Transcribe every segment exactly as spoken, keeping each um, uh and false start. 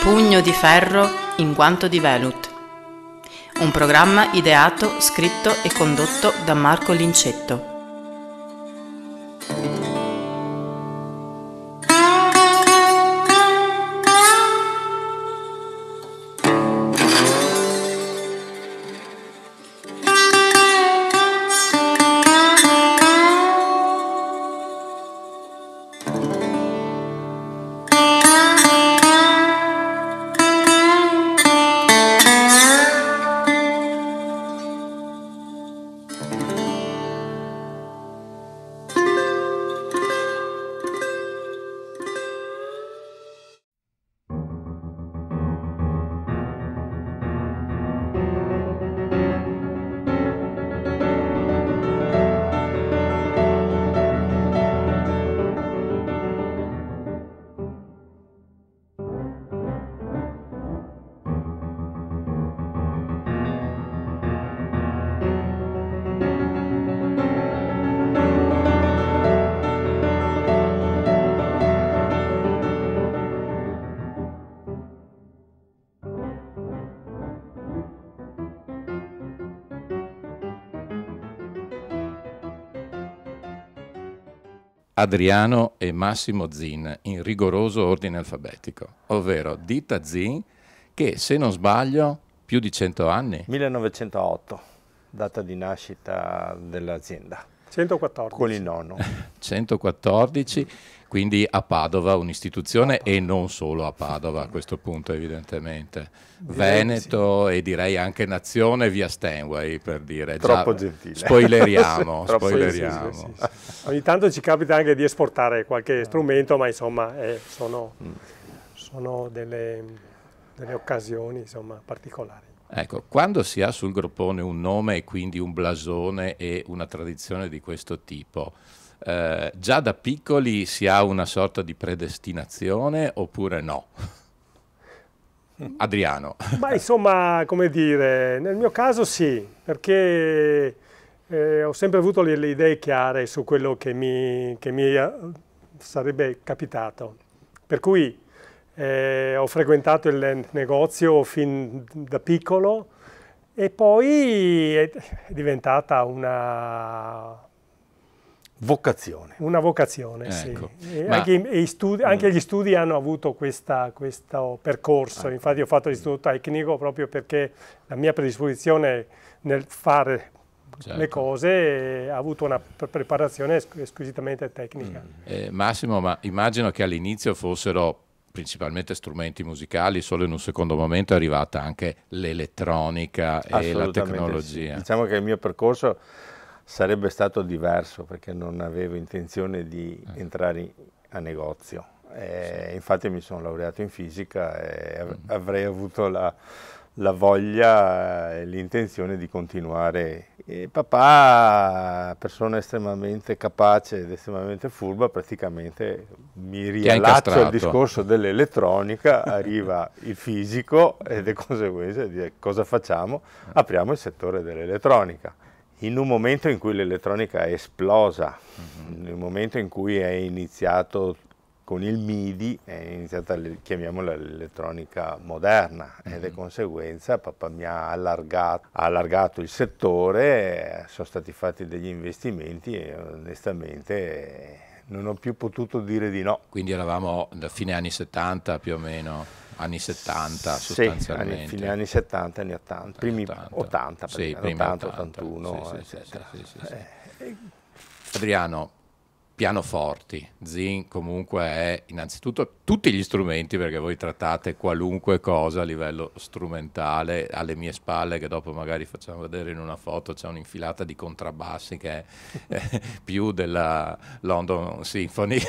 Pugno di ferro in guanto di velut. Un programma ideato, scritto e condotto da Marco Lincetto. Adriano e Massimo Zin in rigoroso ordine alfabetico, ovvero Dita Zin che, se non sbaglio, più di cento anni? millenovecentootto, data di nascita dell'azienda. centoquattordici. Con il nonno. centoquattordici, quindi a Padova, un'istituzione, e non solo a Padova a questo punto evidentemente. Veneto, sì. E direi anche nazione via Steinway, per dire. Troppo Già, gentile. Spoileriamo, Troppo spoileriamo. Sì, sì, sì, sì. Ogni tanto ci capita anche di esportare qualche strumento, ma insomma eh, sono, mm. sono delle, delle occasioni insomma, particolari. Ecco, quando si ha sul groppone un nome e quindi un blasone e una tradizione di questo tipo, eh, già da piccoli si ha una sorta di predestinazione oppure no? Adriano. Ma insomma, come dire, nel mio caso sì, perché eh, ho sempre avuto le, le idee chiare su quello che mi, che mi sarebbe capitato. Per cui eh, ho frequentato il negozio fin da piccolo e poi è diventata una... vocazione. Una vocazione, ecco. Sì. E Ma... anche, i studi, anche gli studi hanno avuto questa, questo percorso. Infatti ho fatto l'istituto tecnico proprio perché la mia predisposizione nel fare certo. le cose ha avuto una preparazione squisitamente tecnica. Mm. Eh, Massimo, ma immagino che all'inizio fossero principalmente strumenti musicali, solo in un secondo momento è arrivata anche l'elettronica e la tecnologia. Sì. Diciamo che il mio percorso sarebbe stato diverso perché non avevo intenzione di eh. entrare a negozio. E sì. Infatti mi sono laureato in fisica e av mm. avrei avuto la, la voglia e l'intenzione di continuare. E papà, persona estremamente capace ed estremamente furba, praticamente mi riallaccio al discorso dell'elettronica, arriva il fisico e le conseguenze di cosa facciamo? Apriamo il settore dell'elettronica. In un momento in cui l'elettronica è esplosa, mm-hmm. nel momento in cui è iniziato con il MIDI, è iniziata, chiamiamola, l'elettronica moderna, mm-hmm. e di conseguenza papà mi ha allargato, ha allargato il settore, sono stati fatti degli investimenti e onestamente non ho più potuto dire di no. Quindi eravamo da fine anni settanta più o meno? Anni settanta sostanzialmente. Sì, fine anni settanta, anni ottanta, primi ottanta, sì, primi ottanta, ottantuno, sì, sì, eccetera. Sì, sì, sì, sì. Adriano, pianoforti, Zin comunque è innanzitutto tutti gli strumenti, perché voi trattate qualunque cosa a livello strumentale. Alle mie spalle, che dopo magari facciamo vedere in una foto, c'è un'infilata di contrabbassi che è eh, più della London Symphony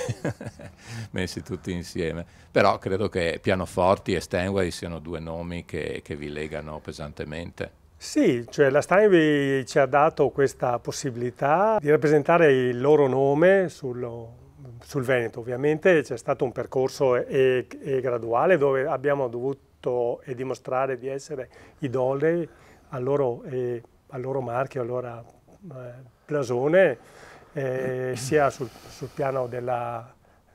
messi tutti insieme, però credo che pianoforti e Steinway siano due nomi che, che vi legano pesantemente. Sì, cioè la Steinway ci ha dato questa possibilità di rappresentare il loro nome sul, sul Veneto. Ovviamente c'è stato un percorso e, e graduale dove abbiamo dovuto e dimostrare di essere idonei al loro, e, al loro marchio, al loro eh, blasone, eh, sia sul, sul piano della,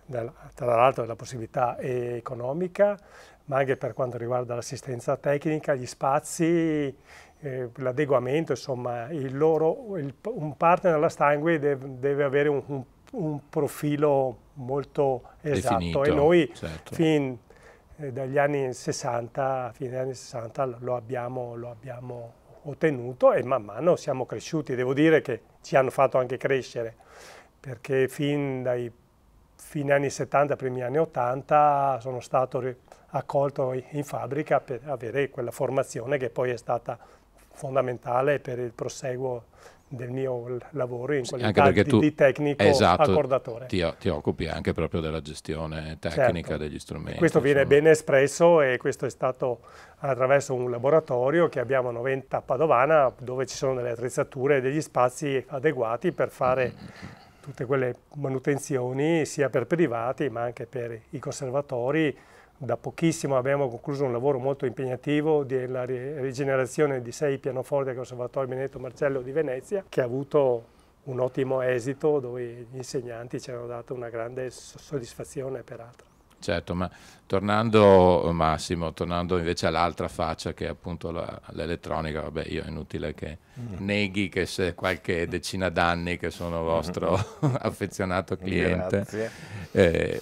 tra l'altro della possibilità economica, ma anche per quanto riguarda l'assistenza tecnica, gli spazi, eh, l'adeguamento, insomma, il loro, il, un partner alla Steinway deve, deve avere un, un, un profilo molto esatto. Definito, e noi certo. fin eh, dagli anni sessanta, fine degli anni sessanta lo abbiamo, lo abbiamo ottenuto e man mano siamo cresciuti. Devo dire che ci hanno fatto anche crescere, perché fin dai fine anni settanta, primi anni ottanta sono stato accolto in fabbrica per avere quella formazione che poi è stata fondamentale per il proseguo del mio lavoro in qualità sì, di, tu, di tecnico esatto, accordatore. Ti, ti occupi anche proprio della gestione tecnica certo. degli strumenti. Questo viene insomma. ben espresso e questo è stato attraverso un laboratorio che abbiamo a Noventa a Padovana, dove ci sono delle attrezzature e degli spazi adeguati per fare mm-hmm. tutte quelle manutenzioni sia per privati ma anche per i conservatori. Da pochissimo abbiamo concluso un lavoro molto impegnativo della rigenerazione di sei pianoforti del Conservatorio Benedetto Marcello di Venezia, che ha avuto un ottimo esito, dove gli insegnanti ci hanno dato una grande soddisfazione peraltro. Certo, ma tornando Massimo, tornando invece all'altra faccia che è appunto l'elettronica, vabbè, io è inutile che mm. neghi che se qualche decina d'anni che sono vostro mm. affezionato cliente. Grazie. Eh,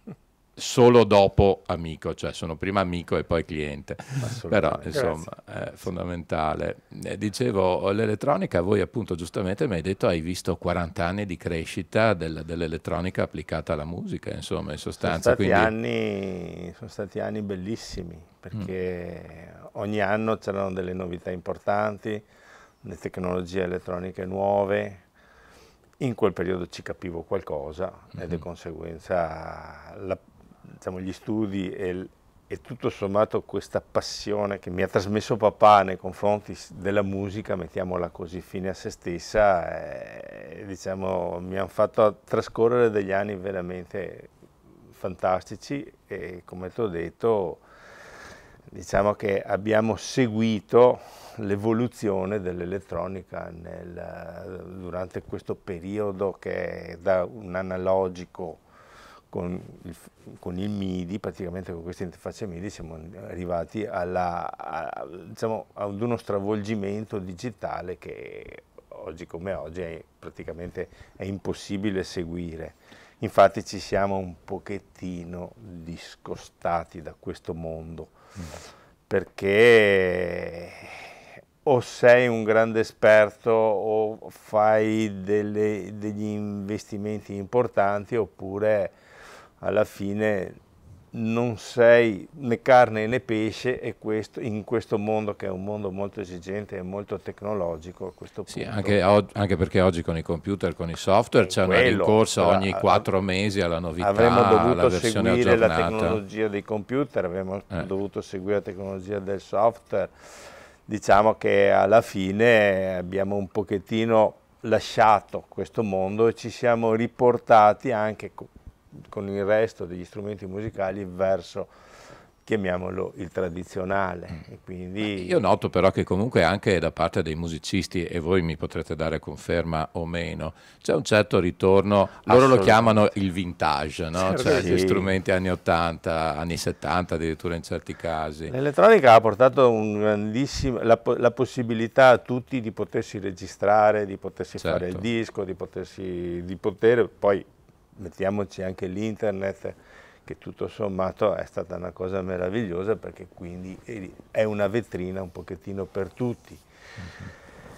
solo dopo amico, cioè sono prima amico e poi cliente, però insomma è fondamentale. Eh, dicevo, l'elettronica, voi appunto giustamente mi hai detto hai visto quaranta anni di crescita del, dell'elettronica applicata alla musica, insomma, in sostanza. Sono stati, quindi... anni, sono stati anni bellissimi, perché mm. ogni anno c'erano delle novità importanti, le tecnologie elettroniche nuove. In quel periodo ci capivo qualcosa mm-hmm. e di conseguenza la, diciamo, gli studi e, e tutto sommato questa passione che mi ha trasmesso papà nei confronti della musica, mettiamola così, fine a se stessa, e, diciamo, mi hanno fatto trascorrere degli anni veramente fantastici e, come ti ho detto, diciamo che abbiamo seguito l'evoluzione dell'elettronica durante questo periodo che da un analogico con il, con il MIDI, praticamente con questa interfaccia MIDI siamo arrivati alla, a, diciamo, ad uno stravolgimento digitale che oggi come oggi è praticamente è impossibile seguire. Infatti ci siamo un pochettino discostati da questo mondo, mm. perché o sei un grande esperto o fai delle, degli investimenti importanti, oppure alla fine non sei né carne né pesce, e questo, in questo mondo che è un mondo molto esigente e molto tecnologico a questo punto. Sì, anche, anche perché oggi con i computer, con i software c'è una rincorsa ogni quattro mesi alla novità, avremmo dovuto alla versione seguire aggiornata. La tecnologia dei computer, avremmo eh. dovuto seguire la tecnologia del software. Diciamo che alla fine abbiamo un pochettino lasciato questo mondo e ci siamo riportati anche con il resto degli strumenti musicali verso, chiamiamolo, il tradizionale. E quindi... Io noto però che comunque anche da parte dei musicisti, e voi mi potrete dare conferma o meno, c'è un certo ritorno, loro lo chiamano il vintage, no? Certo, cioè sì. gli strumenti anni ottanta, anni settanta addirittura in certi casi. L'elettronica ha portato un grandissimo, la, la possibilità a tutti di potersi registrare, di potersi certo. fare il disco, di potersi, di poter, poi mettiamoci anche l'internet, che tutto sommato è stata una cosa meravigliosa, perché quindi è una vetrina un pochettino per tutti. Mm-hmm.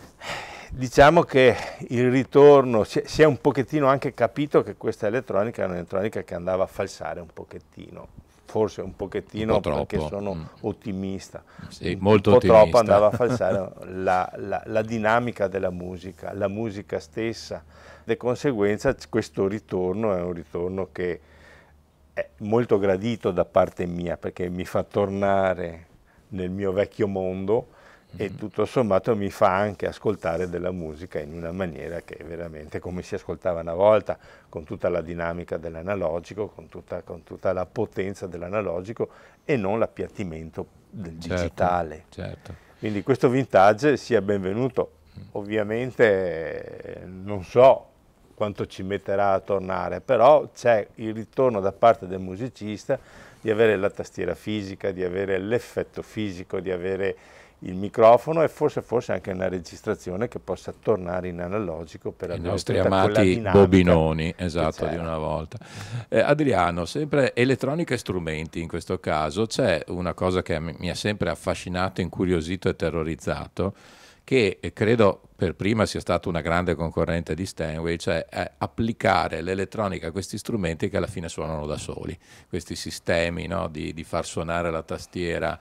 Diciamo che il ritorno, si è un pochettino anche capito che questa elettronica è un'elettronica che andava a falsare un pochettino, forse un pochettino un po' perché sono mm. ottimista, sì, molto un po' ottimista. troppo andava a falsare la, la, la dinamica della musica, la musica stessa. Di conseguenza questo ritorno è un ritorno che è molto gradito da parte mia, perché mi fa tornare nel mio vecchio mondo mm-hmm. e tutto sommato mi fa anche ascoltare della musica in una maniera che è veramente come si ascoltava una volta, con tutta la dinamica dell'analogico, con tutta, con tutta la potenza dell'analogico e non l'appiattimento del certo, digitale. Certo. Quindi questo vintage sia benvenuto. Ovviamente non so quanto ci metterà a tornare, però c'è il ritorno da parte del musicista di avere la tastiera fisica, di avere l'effetto fisico, di avere il microfono e forse, forse anche una registrazione che possa tornare in analogico per i avere nostri amati bobinoni, esatto, di una volta. Eh, Adriano, sempre elettronica e strumenti in questo caso, c'è una cosa che mi ha sempre affascinato, incuriosito e terrorizzato, che credo per prima sia stata una grande concorrente di Steinway, cioè eh, applicare l'elettronica a questi strumenti che alla fine suonano da soli, questi sistemi, no, di, di far suonare la tastiera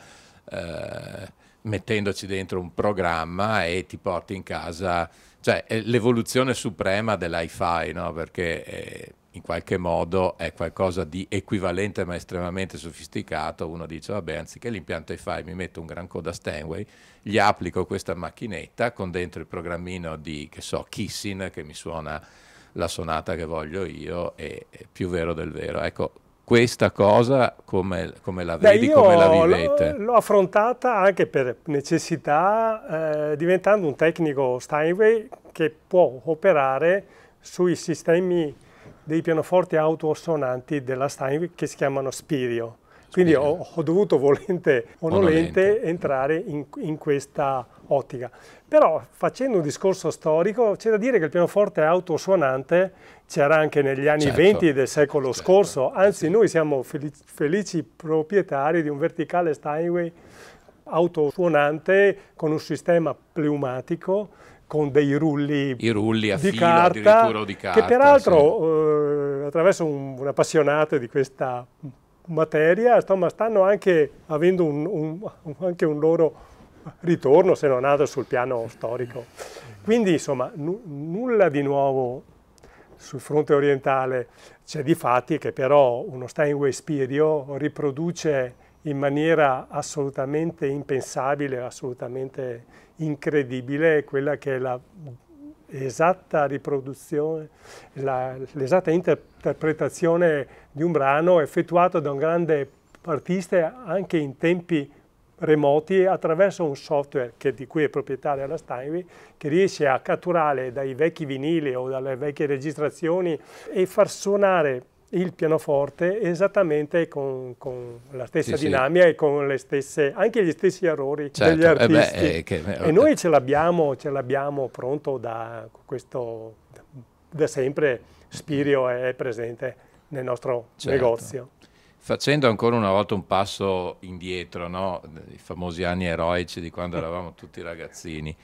eh, mettendoci dentro un programma e ti porti in casa, cioè è l'evoluzione suprema dell'hi-fi, no? Perché eh, in qualche modo è qualcosa di equivalente ma estremamente sofisticato. Uno dice, vabbè, anziché l'impianto hi-fi mi metto un gran coda Steinway, gli applico questa macchinetta con dentro il programmino di, che so, Kissin, che mi suona la sonata che voglio io, e è più vero del vero. Ecco, questa cosa come, come la vedi, Beh, come la vivete? L'ho affrontata anche per necessità, eh, diventando un tecnico Steinway che può operare sui sistemi dei pianoforti autosuonanti della Steinway che si chiamano Spirio. Quindi ho, ho dovuto, volente o nolente, entrare in, in questa ottica. Però, facendo un discorso storico, c'è da dire che il pianoforte autosuonante c'era anche negli anni certo. venti del secolo certo. scorso, anzi noi siamo felici, felici proprietari di un verticale Steinway autosuonante con un sistema pneumatico, con dei rulli, I rulli a di filo, carta, addirittura di carta, che peraltro, sì. eh, attraverso un, un appassionato di questa materia, insomma, stanno anche avendo un, un, anche un loro ritorno, se non altro, sul piano storico. Quindi, insomma, nu nulla di nuovo sul fronte orientale. C'è di fatti che però uno Steinway Spirio riproduce in maniera assolutamente impensabile, assolutamente incredibile, quella che è la esatta riproduzione, l'esatta interpretazione di un brano effettuato da un grande artista anche in tempi remoti attraverso un software che, di cui è proprietaria la Steinway, che riesce a catturare dai vecchi vinili o dalle vecchie registrazioni e far suonare il pianoforte esattamente con, con la stessa sì, dinamica sì. e con le stesse, anche gli stessi errori certo, degli artisti. Eh beh, eh, che, e noi ce l'abbiamo, ce l'abbiamo pronto da questo, da sempre. Spirio è presente nel nostro certo. negozio. Facendo ancora una volta un passo indietro, no? I famosi anni eroici di quando eravamo tutti ragazzini.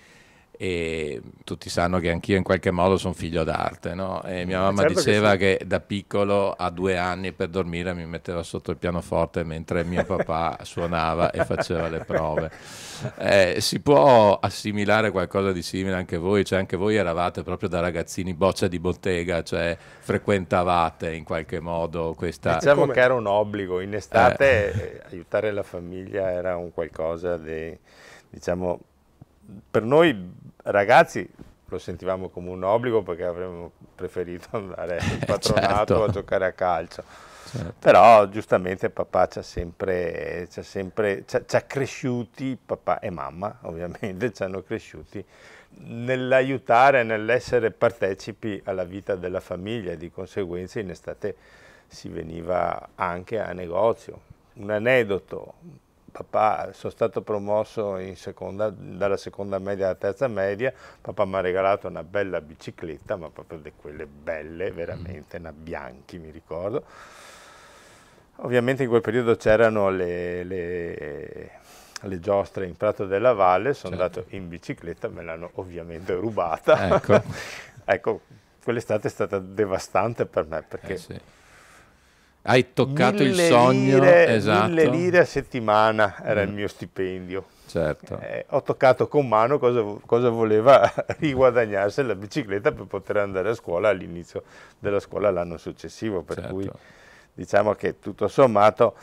E tutti sanno che anch'io in qualche modo sono figlio d'arte, no? E mia mamma certo diceva che, sì. che da piccolo a due anni per dormire mi metteva sotto il pianoforte mentre mio papà suonava e faceva le prove. Eh, si può assimilare qualcosa di simile anche voi? Cioè anche voi eravate proprio da ragazzini boccia di bottega, cioè frequentavate in qualche modo questa... Diciamo che era un obbligo, in estate eh. aiutare la famiglia era un qualcosa di, diciamo, per noi ragazzi lo sentivamo come un obbligo perché avremmo preferito andare in patronato certo. a giocare a calcio. Certo. Però giustamente papà ci ha sempre, ci ha sempre ci ha, ci ha cresciuti, papà e mamma ovviamente ci hanno cresciuti nell'aiutare, nell'essere partecipi alla vita della famiglia, e di conseguenza in estate si veniva anche a negozio. Un aneddoto: papà, sono stato promosso in seconda, dalla seconda media alla terza media, papà mi ha regalato una bella bicicletta, ma proprio di quelle belle, veramente, una Bianchi mi ricordo. Ovviamente in quel periodo c'erano le, le, le giostre in Prato della Valle, sono certo. andato in bicicletta, me l'hanno ovviamente rubata. Ecco, ecco, quell'estate è stata devastante per me, perché... Eh sì. Hai toccato il mille sogno, lire, esatto. Mille lire a settimana era mm. il mio stipendio. Certo. Eh, ho toccato con mano cosa, cosa voleva riguadagnarsi la bicicletta per poter andare a scuola all'inizio della scuola l'anno successivo, per certo. cui diciamo che tutto sommato...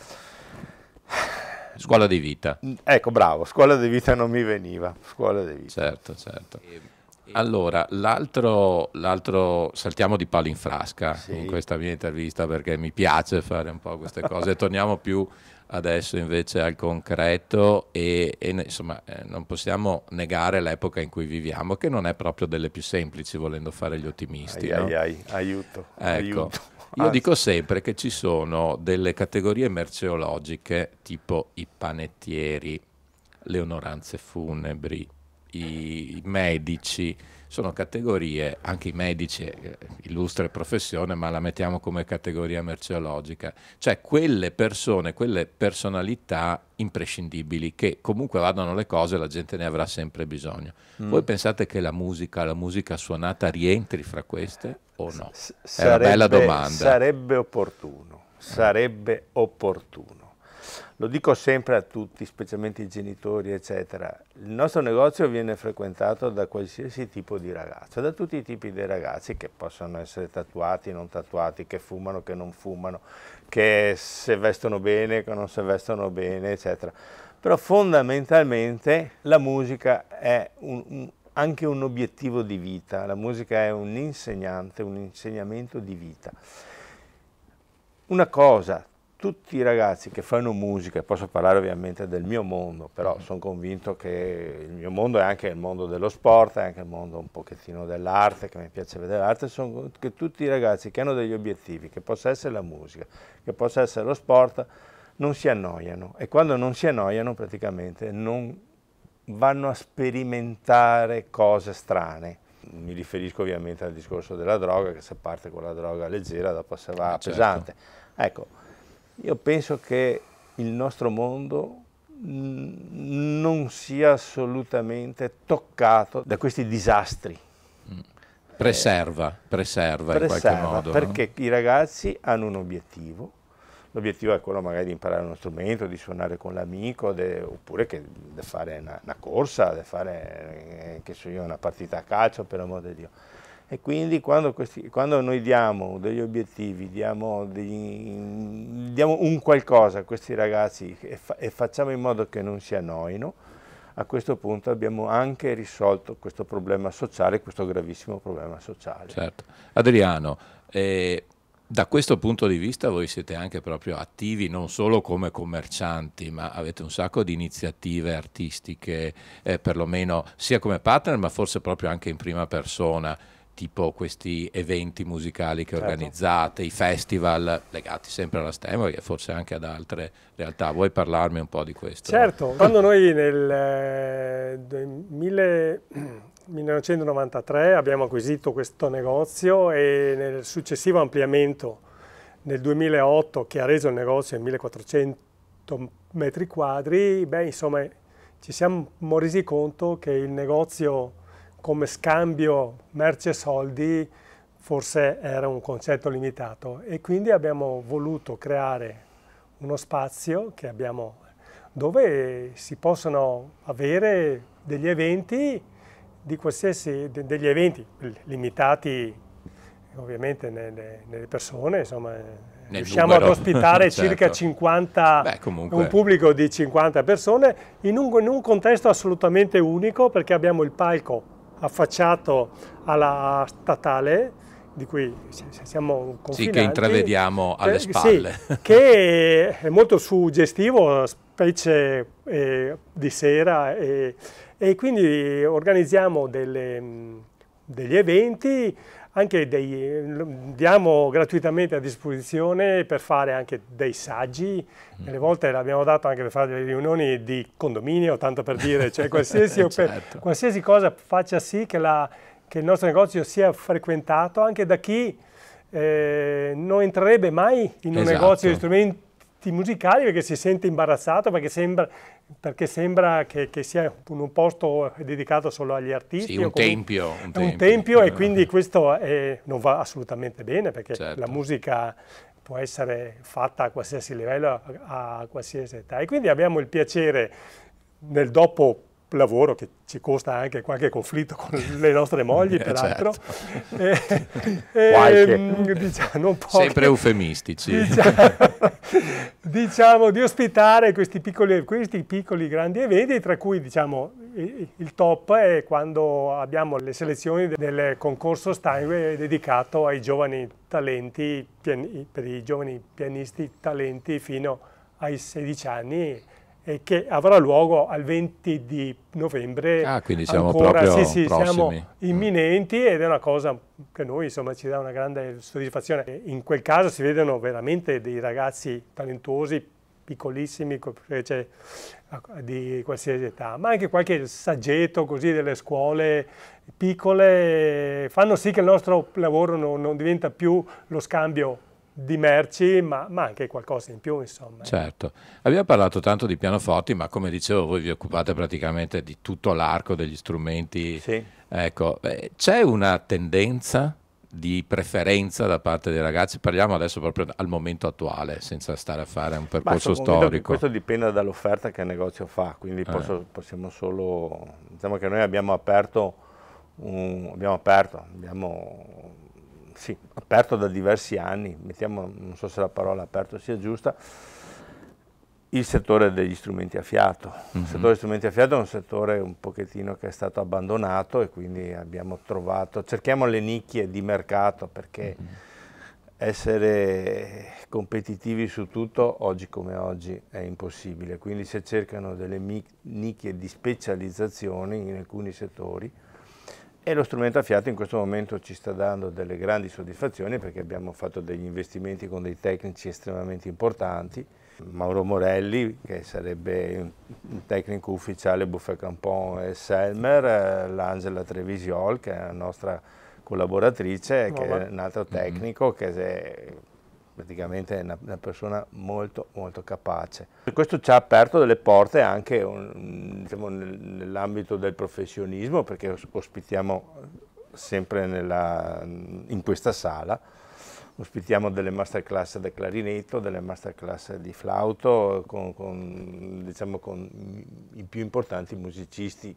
Scuola di vita. Ecco, bravo, scuola di vita non mi veniva, scuola di vita. Certo, certo. Allora, l'altro, l'altro, saltiamo di palo in frasca sì. in questa mia intervista perché mi piace fare un po' queste cose, torniamo più adesso invece al concreto e, e insomma eh, non possiamo negare l'epoca in cui viviamo, che non è proprio delle più semplici, volendo fare gli ottimisti. Ai, no? ai, ai, aiuto, Ecco, aiuto. io Anzi. dico sempre che ci sono delle categorie merceologiche tipo i panettieri, le onoranze funebri, i, i medici, sono categorie, anche i medici, eh, illustre professione, ma la mettiamo come categoria merceologica, cioè quelle persone, quelle personalità imprescindibili che comunque vadano le cose, la gente ne avrà sempre bisogno. Mm. Voi pensate che la musica, la musica suonata rientri fra queste o no? S È una bella domanda. Sarebbe opportuno, sarebbe opportuno. Lo dico sempre a tutti, specialmente i genitori, eccetera. Il nostro negozio viene frequentato da qualsiasi tipo di ragazzo, da tutti i tipi di ragazzi che possono essere tatuati, non tatuati, che fumano, che non fumano, che se vestono bene, che non si vestono bene, eccetera. Però fondamentalmente la musica è un, un, anche un obiettivo di vita, la musica è un insegnante, un insegnamento di vita. Una cosa, tutti i ragazzi che fanno musica, posso parlare ovviamente del mio mondo, però mm. sono convinto che il mio mondo è anche il mondo dello sport, è anche il mondo un pochettino dell'arte, che mi piace vedere l'arte, sono che tutti i ragazzi che hanno degli obiettivi, che possa essere la musica, che possa essere lo sport, non si annoiano, e quando non si annoiano praticamente non vanno a sperimentare cose strane. Mi riferisco ovviamente al discorso della droga, che se parte con la droga leggera dopo se va certo. pesante. Ecco, io penso che il nostro mondo non sia assolutamente toccato da questi disastri. Preserva, preserva, preserva in qualche modo. Perché no? i ragazzi hanno un obiettivo. L'obiettivo è quello magari di imparare uno strumento, di suonare con l'amico, oppure che di fare una, una corsa, di fare eh, che so io, una partita a calcio, per amor di Dio. E quindi quando, questi, quando noi diamo degli obiettivi, diamo, degli, diamo un qualcosa a questi ragazzi e, fa, e facciamo in modo che non si annoino, a questo punto abbiamo anche risolto questo problema sociale, questo gravissimo problema sociale. Certo. Adriano, eh, da questo punto di vista voi siete anche proprio attivi non solo come commercianti, ma avete un sacco di iniziative artistiche, eh, perlomeno sia come partner, ma forse proprio anche in prima persona, tipo questi eventi musicali che certo. organizzate, i festival legati sempre alla STEM e forse anche ad altre realtà. Vuoi parlarmi un po' di questo? Certo, quando noi nel eh, millenovecentonovantatré abbiamo acquisito questo negozio e nel successivo ampliamento nel duemilaotto, che ha reso il negozio in millequattrocento metri quadri, beh, insomma, ci siamo resi conto che il negozio come scambio merce soldi forse era un concetto limitato e quindi abbiamo voluto creare uno spazio che abbiamo, dove si possono avere degli eventi di qualsiasi, de, degli eventi limitati ovviamente nelle, nelle persone, insomma nel riusciamo numero. ad ospitare certo. circa cinquanta, Beh, comunque. un pubblico di cinquanta persone in un, in un contesto assolutamente unico, perché abbiamo il palco affacciato alla statale, di cui siamo confinanti. Sì, che intravediamo alle spalle. Sì, che è molto suggestivo, specie eh, di sera, e, e quindi organizziamo delle, degli eventi, anche dei, diamo gratuitamente a disposizione per fare anche dei saggi. Delle volte l'abbiamo dato anche per fare delle riunioni di condominio, tanto per dire, cioè qualsiasi, certo. per, qualsiasi cosa faccia sì che, la, che il nostro negozio sia frequentato anche da chi eh, non entrerebbe mai in un esatto. negozio di strumenti musicali perché si sente imbarazzato, perché sembra, perché sembra che, che sia un posto dedicato solo agli artisti. Sì, un, tempio, un, un tempio. tempio e quindi questo è, non va assolutamente bene, perché certo. la musica può essere fatta a qualsiasi livello, a, a qualsiasi età. E quindi abbiamo il piacere nel dopo lavoro, che ci costa anche qualche conflitto con le nostre mogli, peraltro, certo. e, e, diciamo, non poche, sempre eufemistici, diciamo, diciamo di ospitare questi piccoli, questi piccoli grandi eventi, tra cui diciamo il top è quando abbiamo le selezioni del concorso Steinway dedicato ai giovani talenti, per i giovani pianisti talenti fino ai sedici anni e che avrà luogo al venti di novembre. Ah, quindi siamo ancora, proprio sì, sì, prossimi. Siamo imminenti ed è una cosa che noi insomma ci dà una grande soddisfazione. In quel caso si vedono veramente dei ragazzi talentuosi, piccolissimi, cioè, di qualsiasi età, ma anche qualche saggetto così delle scuole piccole fanno sì che il nostro lavoro non, non diventa più lo scambio di merci, ma, ma anche qualcosa in più, insomma. Certo. Abbiamo parlato tanto di pianoforti, ma come dicevo voi vi occupate praticamente di tutto l'arco degli strumenti. Sì. Ecco, c'è una tendenza di preferenza da parte dei ragazzi? Parliamo adesso proprio al momento attuale, senza stare a fare un percorso storico. Questo dipende dall'offerta che il negozio fa, quindi eh. posso, possiamo solo... Diciamo che noi abbiamo aperto, un, abbiamo aperto, abbiamo... Sì, aperto da diversi anni, mettiamo, non so se la parola aperto sia giusta, il settore degli strumenti a fiato. Mm-hmm. Il settore degli strumenti a fiato è un settore un pochettino che è stato abbandonato e quindi abbiamo trovato, cerchiamo le nicchie di mercato perché mm-hmm. essere competitivi su tutto oggi come oggi è impossibile, quindi si cercano delle nicchie di specializzazione in alcuni settori. E lo strumento a fiato in questo momento ci sta dando delle grandi soddisfazioni perché abbiamo fatto degli investimenti con dei tecnici estremamente importanti. Mauro Morelli, che sarebbe un tecnico ufficiale Buffet Campon e Selmer, l'Angela Trevisiol, che è la nostra collaboratrice, che è un altro tecnico, che è praticamente una, una persona molto molto capace. Questo ci ha aperto delle porte anche un, diciamo, nell'ambito del professionismo, perché ospitiamo sempre nella, in questa sala, ospitiamo delle masterclass di clarinetto, delle masterclass di flauto con, con, diciamo, con i più importanti musicisti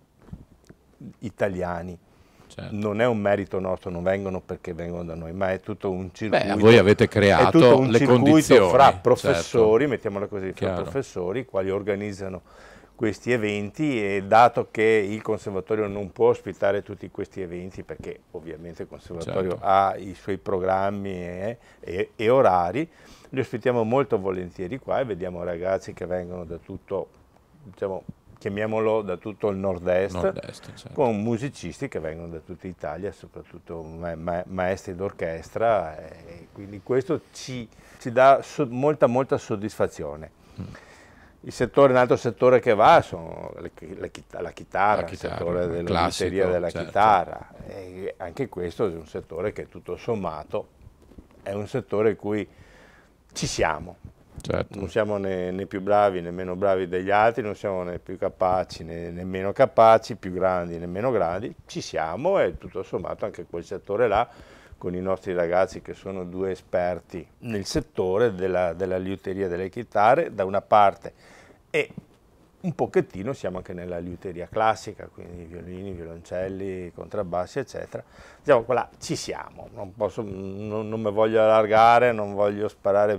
italiani. Certo. Non è un merito nostro, non vengono perché vengono da noi, ma è tutto un circuito. Beh, voi avete creato è tutto un le circuito condizioni fra professori, certo. mettiamola così, fra Chiaro. professori, quali organizzano questi eventi, e dato che il conservatorio non può ospitare tutti questi eventi, perché ovviamente il conservatorio certo. ha i suoi programmi e, e, e orari, li ospitiamo molto volentieri qua e vediamo ragazzi che vengono da tutto, diciamo, chiamiamolo da tutto il nord-est, nord-est certo. con musicisti che vengono da tutta Italia, soprattutto ma ma maestri d'orchestra, e quindi questo ci, ci dà so molta molta soddisfazione. Mm. Il settore, un altro settore che va sono le, le, la chitarra, la chitarra, il settore della batteria della certo. chitarra, e anche questo è un settore che tutto sommato è un settore in cui ci siamo. Certo. Non siamo né, né più bravi né meno bravi degli altri, non siamo né più capaci né, né meno capaci, più grandi né meno grandi, ci siamo, e tutto sommato anche quel settore là, con i nostri ragazzi che sono due esperti nel settore della, della liuteria delle chitarre da una parte, e un pochettino siamo anche nella liuteria classica, quindi violini, violoncelli, contrabbassi eccetera. Diciamo qua là ci siamo, non, posso, non, non mi voglio allargare, non voglio sparare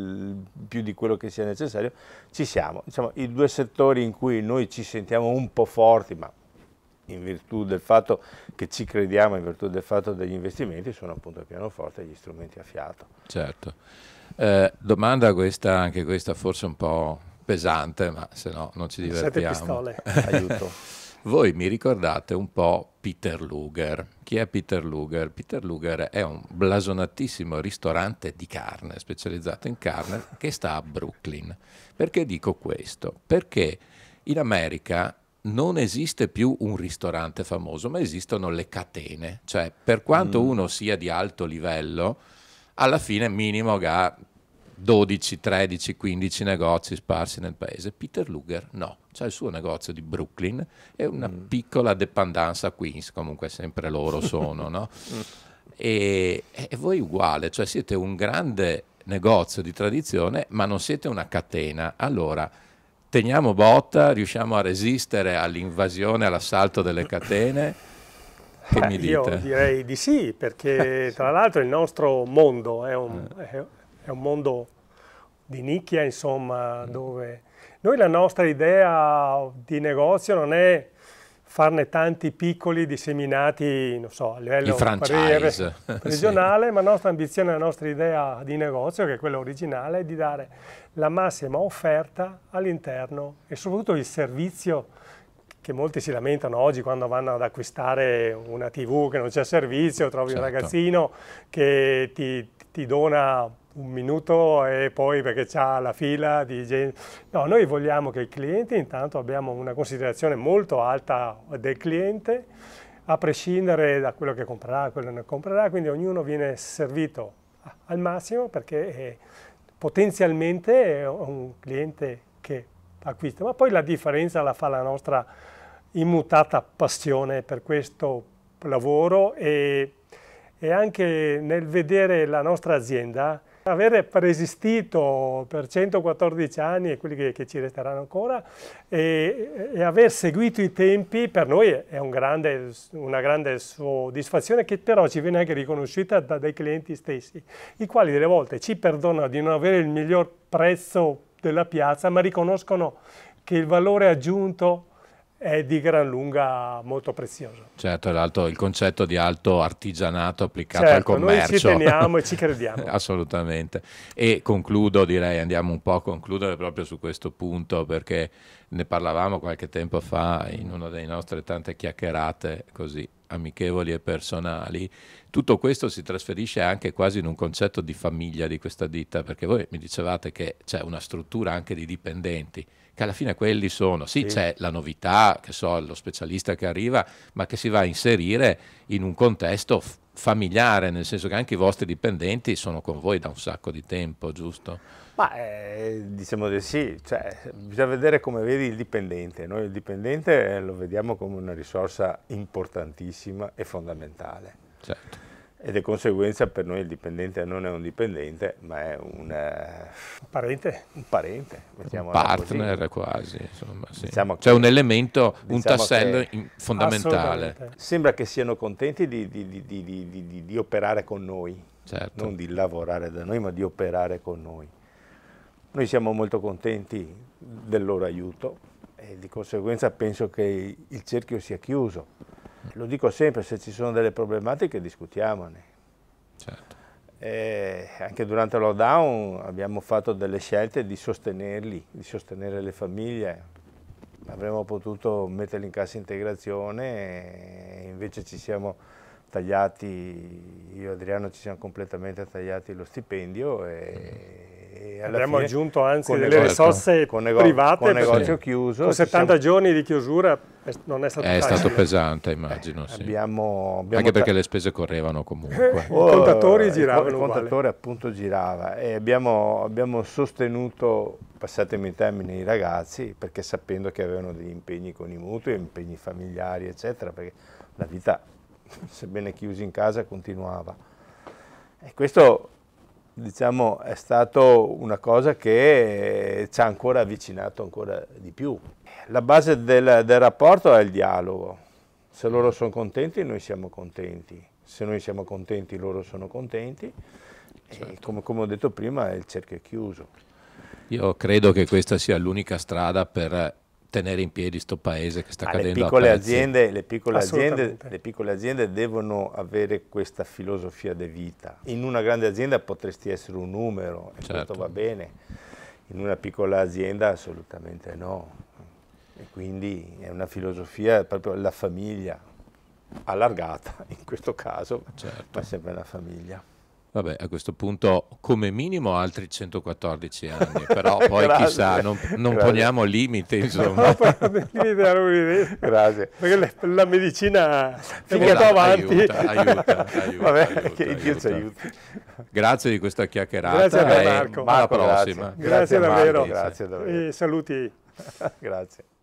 più di quello che sia necessario, ci siamo. Diciamo, i due settori in cui noi ci sentiamo un po' forti, ma in virtù del fatto che ci crediamo, in virtù del fatto degli investimenti, sono appunto il pianoforte e gli strumenti a fiato. Certo. Eh, domanda questa, anche questa forse un po' pesante, ma se no non ci divertiamo. Sette pistole. Aiuto. Voi mi ricordate un po' Peter Luger. Chi è Peter Luger? Peter Luger è un blasonatissimo ristorante di carne, specializzato in carne, che sta a Brooklyn. Perché dico questo? Perché in America non esiste più un ristorante famoso, ma esistono le catene. Cioè, per quanto mm. uno sia di alto livello, alla fine minimo ha dodici, tredici, quindici negozi sparsi nel paese. Peter Luger no, c'ha il suo negozio di Brooklyn e una mm. piccola dépendance a Queens, comunque sempre loro sono, no? E, e voi uguale, cioè siete un grande negozio di tradizione, ma non siete una catena. Allora, teniamo botta, riusciamo a resistere all'invasione, all'assalto delle catene? Che Beh, mi dite? Io direi di sì, perché tra l'altro il nostro mondo è un, è, è un mondo di nicchia, insomma, dove noi la nostra idea di negozio non è farne tanti piccoli disseminati, non so, a livello franchise regionale, sì. Ma la nostra ambizione, la nostra idea di negozio, che è quella originale, è di dare la massima offerta all'interno e soprattutto il servizio che molti si lamentano oggi quando vanno ad acquistare una tivù che non c'è servizio, trovi certo. un ragazzino che ti, ti dona un minuto e poi perché c'ha la fila di gente. No, noi vogliamo che il cliente, intanto abbiamo una considerazione molto alta del cliente, a prescindere da quello che comprerà, quello che non comprerà, quindi ognuno viene servito al massimo perché è, potenzialmente è un cliente che acquista, ma poi la differenza la fa la nostra immutata passione per questo lavoro e, e anche nel vedere la nostra azienda avere resistito per centoquattordici anni e quelli che, che ci resteranno ancora e, e aver seguito i tempi per noi è un grande, una grande soddisfazione che però ci viene anche riconosciuta da, dai clienti stessi, i quali delle volte ci perdonano di non avere il miglior prezzo della piazza, ma riconoscono che il valore aggiunto è di gran lunga molto prezioso. Certo, l'alto, il concetto di alto artigianato applicato certo, al commercio. Noi ci teniamo e ci crediamo. Assolutamente. E concludo, direi, andiamo un po' a concludere proprio su questo punto, perché ne parlavamo qualche tempo fa in una delle nostre tante chiacchierate così amichevoli e personali. Tutto questo si trasferisce anche quasi in un concetto di famiglia di questa ditta, perché voi mi dicevate che c'è una struttura anche di dipendenti, che alla fine quelli sono, sì, sì. C'è la novità, che so, lo specialista che arriva, ma che si va a inserire in un contesto familiare, nel senso che anche i vostri dipendenti sono con voi da un sacco di tempo, giusto? Ma eh, diciamo di sì, cioè, bisogna vedere come vedi il dipendente. Noi il dipendente eh, lo vediamo come una risorsa importantissima e fondamentale. Certo. E di conseguenza per noi il dipendente non è un dipendente, ma è un, eh, un parente, un, parente, un partner così. Quasi. Insomma, sì. Diciamo C'è un elemento, diciamo un tassello fondamentale. Sembra che siano contenti di, di, di, di, di, di, di operare con noi, certo. Non di lavorare da noi, ma di operare con noi. Noi siamo molto contenti del loro aiuto e di conseguenza penso che il cerchio sia chiuso. Lo dico sempre, se ci sono delle problematiche discutiamone. Certo. E anche durante il lockdown abbiamo fatto delle scelte di sostenerli, di sostenere le famiglie. Avremmo potuto metterli in cassa integrazione e invece ci siamo tagliati, io e Adriano ci siamo completamente tagliati lo stipendio e E abbiamo fine, aggiunto anzi delle negozio, risorse con nego private con negozio sì. chiuso con settanta siamo... giorni di chiusura non è stato è facile. stato pesante, immagino, eh, sì. abbiamo, abbiamo anche perché le spese correvano comunque. oh, i contatori giravano il uguale. contatore appunto girava e abbiamo, abbiamo sostenuto, passatemi i termini, i ragazzi, perché sapendo che avevano degli impegni con i mutui, impegni familiari eccetera, perché la vita sebbene chiusi in casa continuava e questo diciamo è stato una cosa che ci ha ancora avvicinato ancora di più. La base del, del rapporto è il dialogo, se loro sono contenti noi siamo contenti, se noi siamo contenti loro sono contenti, certo. E come, come ho detto prima il cerchio è chiuso. Io credo che questa sia l'unica strada per tenere in piedi sto paese che sta ah, cadendo le piccole a pezzi. Aziende, le, piccole aziende, le piccole aziende devono avere questa filosofia di vita. In una grande azienda potresti essere un numero e certo. Questo va bene, in una piccola azienda assolutamente no. E quindi è una filosofia proprio la famiglia, allargata in questo caso, certo. Ma è sempre una famiglia. Vabbè, a questo punto come minimo altri centoquattordici anni, però poi Grazie. Chissà, non, non poniamo limite, insomma. Grazie. Perché la medicina è molto avanti. Aiuta, aiuta, aiuta, Vabbè, aiuta, che Dio ci aiuti. Grazie di questa chiacchierata. Grazie a te, Marco. Alla prossima. Grazie, grazie davvero. Grazie davvero. E saluti. Grazie.